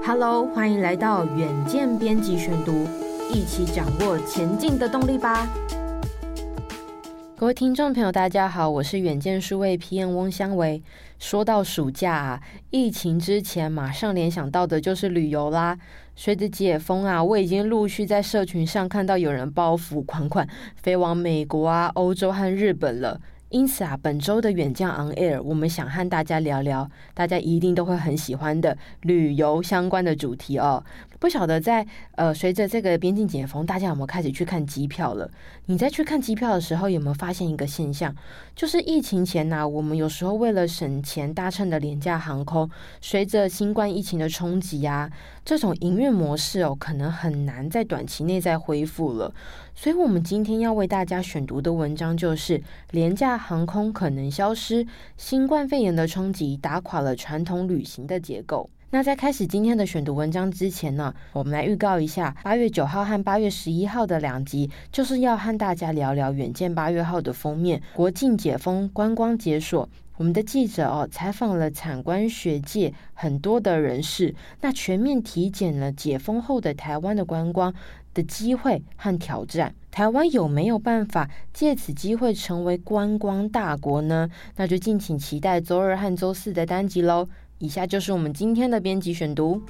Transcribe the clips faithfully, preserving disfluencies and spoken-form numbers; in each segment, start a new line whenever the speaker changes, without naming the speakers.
Hello， 欢迎来到远见编辑选读，一起掌握前进的动力吧。各位听众朋友大家好，我是远见数位 P M 翁香维。说到暑假啊，疫情之前马上联想到的就是旅游啦。随着解封啊，我已经陆续在社群上看到有人包袱款款飞往美国啊、欧洲和日本了。因此啊，本周的远见 On Air， 我们想和大家聊聊大家一定都会很喜欢的旅游相关的主题哦。不晓得在呃随着这个边境解封，大家有没有开始去看机票了？你在去看机票的时候，有没有发现一个现象？就是疫情前啊，我们有时候为了省钱搭乘的廉价航空，随着新冠疫情的冲击啊，这种营运模式哦，可能很难在短期内再恢复了。所以我们今天要为大家选读的文章就是廉价航空可能消失，新冠肺炎的冲击打垮了传统旅行的结构。那在开始今天的选读文章之前呢，我们来预告一下八月九号和八月十一号的两集，就是要和大家聊聊远见八月号的封面，国境解封，观光解锁。我们的记者哦，采访了产官学界很多的人士，那全面体检了解封后的台湾的观光的机会和挑战。台湾有没有办法借此机会成为观光大国呢？那就敬请期待周二和周四的单集咯。以下就是我们今天的编辑选读。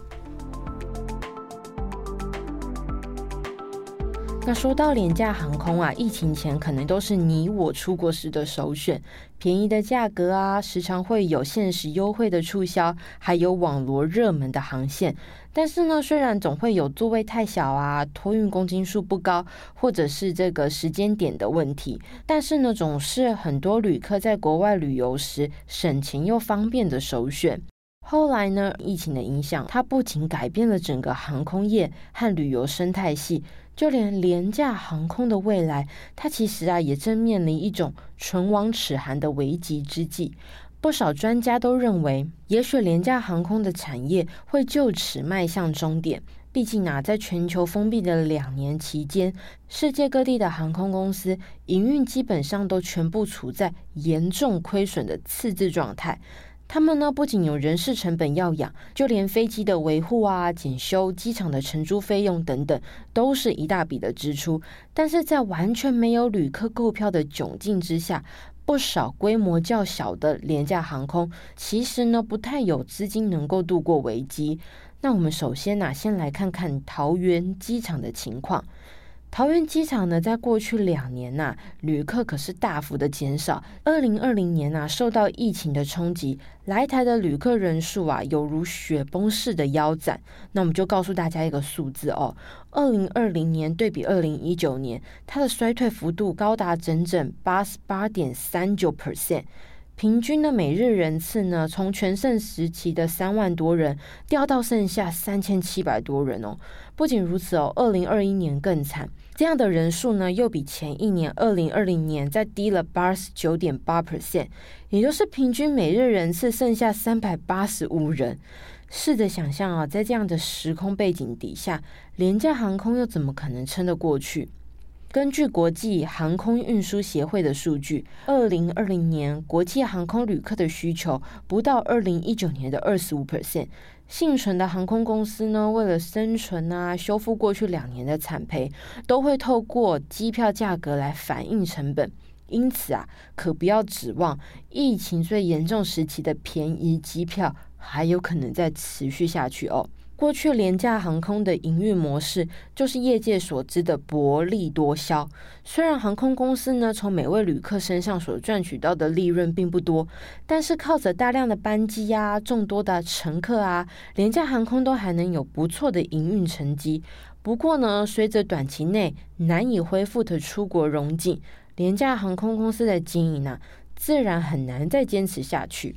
那说到廉价航空啊，疫情前可能都是你我出国时的首选，便宜的价格啊，时常会有限时优惠的促销，还有网罗热门的航线。但是呢，虽然总会有座位太小啊，托运公斤数不高，或者是这个时间点的问题，但是呢，总是很多旅客在国外旅游时省钱又方便的首选。后来呢，疫情的影响，它不仅改变了整个航空业和旅游生态系，就连廉价航空的未来，它其实啊也正面临一种唇亡齿寒的危急之际。不少专家都认为，也许廉价航空的产业会就此迈向终点。毕竟啊，在全球封闭的两年期间，世界各地的航空公司营运基本上都全部处在严重亏损的赤字状态。他们呢，不仅有人事成本要养，就连飞机的维护啊、检修、机场的承租费用等等，都是一大笔的支出。但是在完全没有旅客购票的窘境之下，不少规模较小的廉价航空，其实呢不太有资金能够度过危机。那我们首先啊，先来看看桃园机场的情况。桃园机场呢，在过去两年呐、啊，旅客可是大幅的减少。二零二零年啊，受到疫情的冲击，来台的旅客人数啊，有如雪崩式的腰斩。那我们就告诉大家一个数字哦，二零二零年对比二零一九年，它的衰退幅度高达整整八十八点三九 percent。平均的每日人次呢，从全盛时期的三万多人掉到剩下三千七百多人哦。不仅如此哦，二零二一年更惨，这样的人数呢，又比前一年二零二零年再低了八十九点八 percent， 也就是平均每日人次剩下三百八十五人。试着想象啊，在这样的时空背景底下，廉价航空又怎么可能撑得过去？根据国际航空运输协会的数据，二零二零年国际航空旅客的需求不到二零一九年的 百分之二十五。幸存的航空公司呢，为了生存啊，修复过去两年的惨赔，都会透过机票价格来反映成本。因此啊，可不要指望疫情最严重时期的便宜机票还有可能再持续下去哦。过去廉价航空的营运模式就是业界所知的薄利多销。虽然航空公司呢从每位旅客身上所赚取到的利润并不多，但是靠着大量的班机啊、众多的乘客啊，廉价航空都还能有不错的营运成绩。不过呢，随着短期内难以恢复的出国荣景，廉价航空公司的经营啊，自然很难再坚持下去。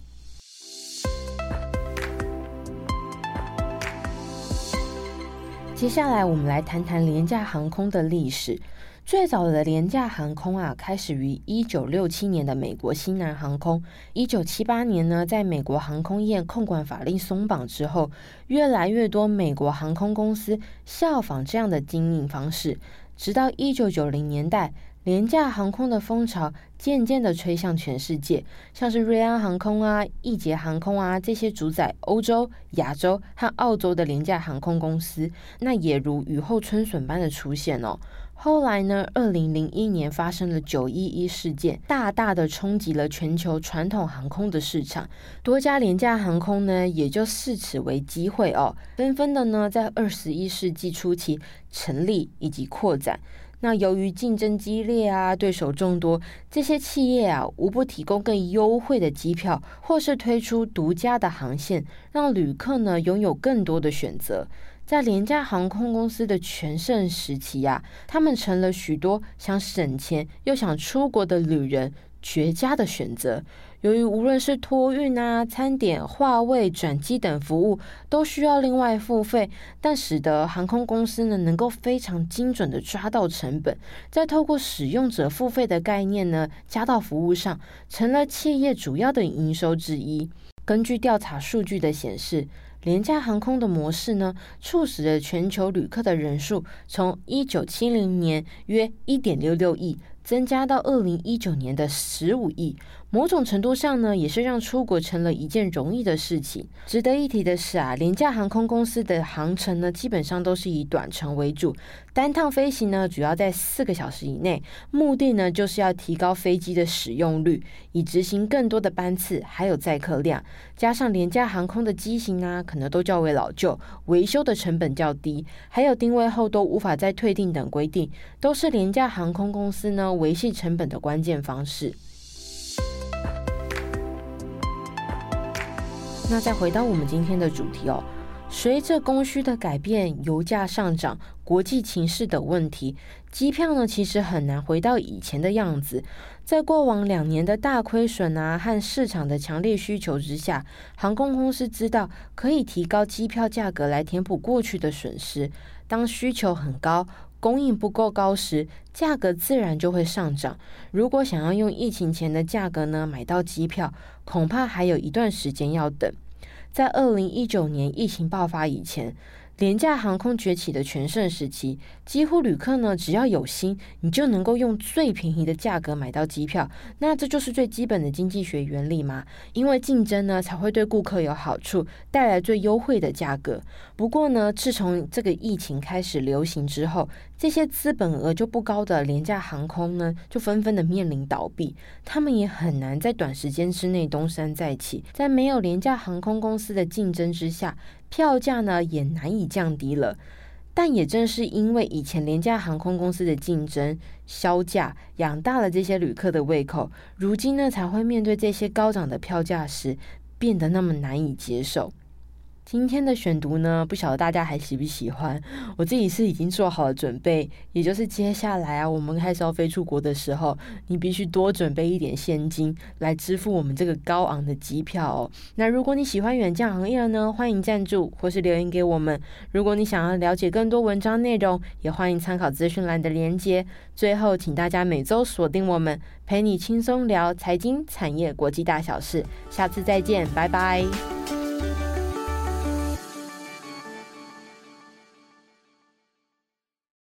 接下来我们来谈谈廉价航空的历史。最早的廉价航空啊，开始于一九六七年的美国西南航空。一九七八年呢，在美国航空业控管法令松绑之后，越来越多美国航空公司效仿这样的经营方式。直到一九九零年代， 廉价航空的风潮渐渐的吹向全世界，像是瑞安航空啊、易捷航空啊这些主宰欧洲、亚洲和澳洲的廉价航空公司，那也如雨后春笋般的出现哦。后来呢，二零零一年发生了九一一事件，大大的冲击了全球传统航空的市场，多家廉价航空呢也就视此为机会哦，纷纷的呢在二十一世纪初期成立以及扩展。那由于竞争激烈啊，对手众多，这些企业啊无不提供更优惠的机票，或是推出独家的航线，让旅客呢拥有更多的选择。在廉价航空公司的全盛时期啊，他们成了许多想省钱又想出国的旅人绝佳的选择。由于无论是托运啊、餐点、话位、转机等服务都需要另外付费，但使得航空公司呢能够非常精准的抓到成本，再透过使用者付费的概念呢加到服务上，成了企业主要的营收之一。根据调查数据的显示，廉价航空的模式呢，促使了全球旅客的人数从一九七零年约 一点六六亿增加到二零一九年的十五亿，某种程度上呢，也是让出国成了一件容易的事情。值得一提的是啊，廉价航空公司的航程呢，基本上都是以短程为主，单趟飞行呢，主要在四个小时以内，目的呢，就是要提高飞机的使用率，以执行更多的班次，还有载客量。加上廉价航空的机型啊，可能都较为老旧，维修的成本较低，还有定位后都无法再退订等规定，都是廉价航空公司呢维系成本的关键方式。那再回到我们今天的主题哦，随着供需的改变、油价上涨、国际情势的问题，机票呢其实很难回到以前的样子。在过往两年的大亏损啊和市场的强烈需求之下，航空公司知道可以提高机票价格来填补过去的损失。当需求很高，供应不够高时，价格自然就会上涨。如果想要用疫情前的价格呢买到机票，恐怕还有一段时间要等。在二零一九年疫情爆发以前，廉价航空崛起的全盛时期，几乎旅客呢只要有心，你就能够用最便宜的价格买到机票。那这就是最基本的经济学原理嘛，因为竞争呢才会对顾客有好处，带来最优惠的价格。不过呢，自从这个疫情开始流行之后，这些资本额就不高的廉价航空呢，就纷纷的面临倒闭，他们也很难在短时间之内东山再起。在没有廉价航空公司的竞争之下，票价呢也难以降低了。但也正是因为以前廉价航空公司的竞争、销价养大了这些旅客的胃口，如今呢才会面对这些高涨的票价时，变得那么难以接受。今天的选读呢，不晓得大家还喜不喜欢？我自己是已经做好了准备，也就是接下来啊，我们开始要飞出国的时候，你必须多准备一点现金来支付我们这个高昂的机票哦。那如果你喜欢远见行业呢，欢迎赞助或是留言给我们。如果你想要了解更多文章内容，也欢迎参考资讯栏的连结。最后，请大家每周锁定我们，陪你轻松聊财经、产业、国际大小事。下次再见，拜拜。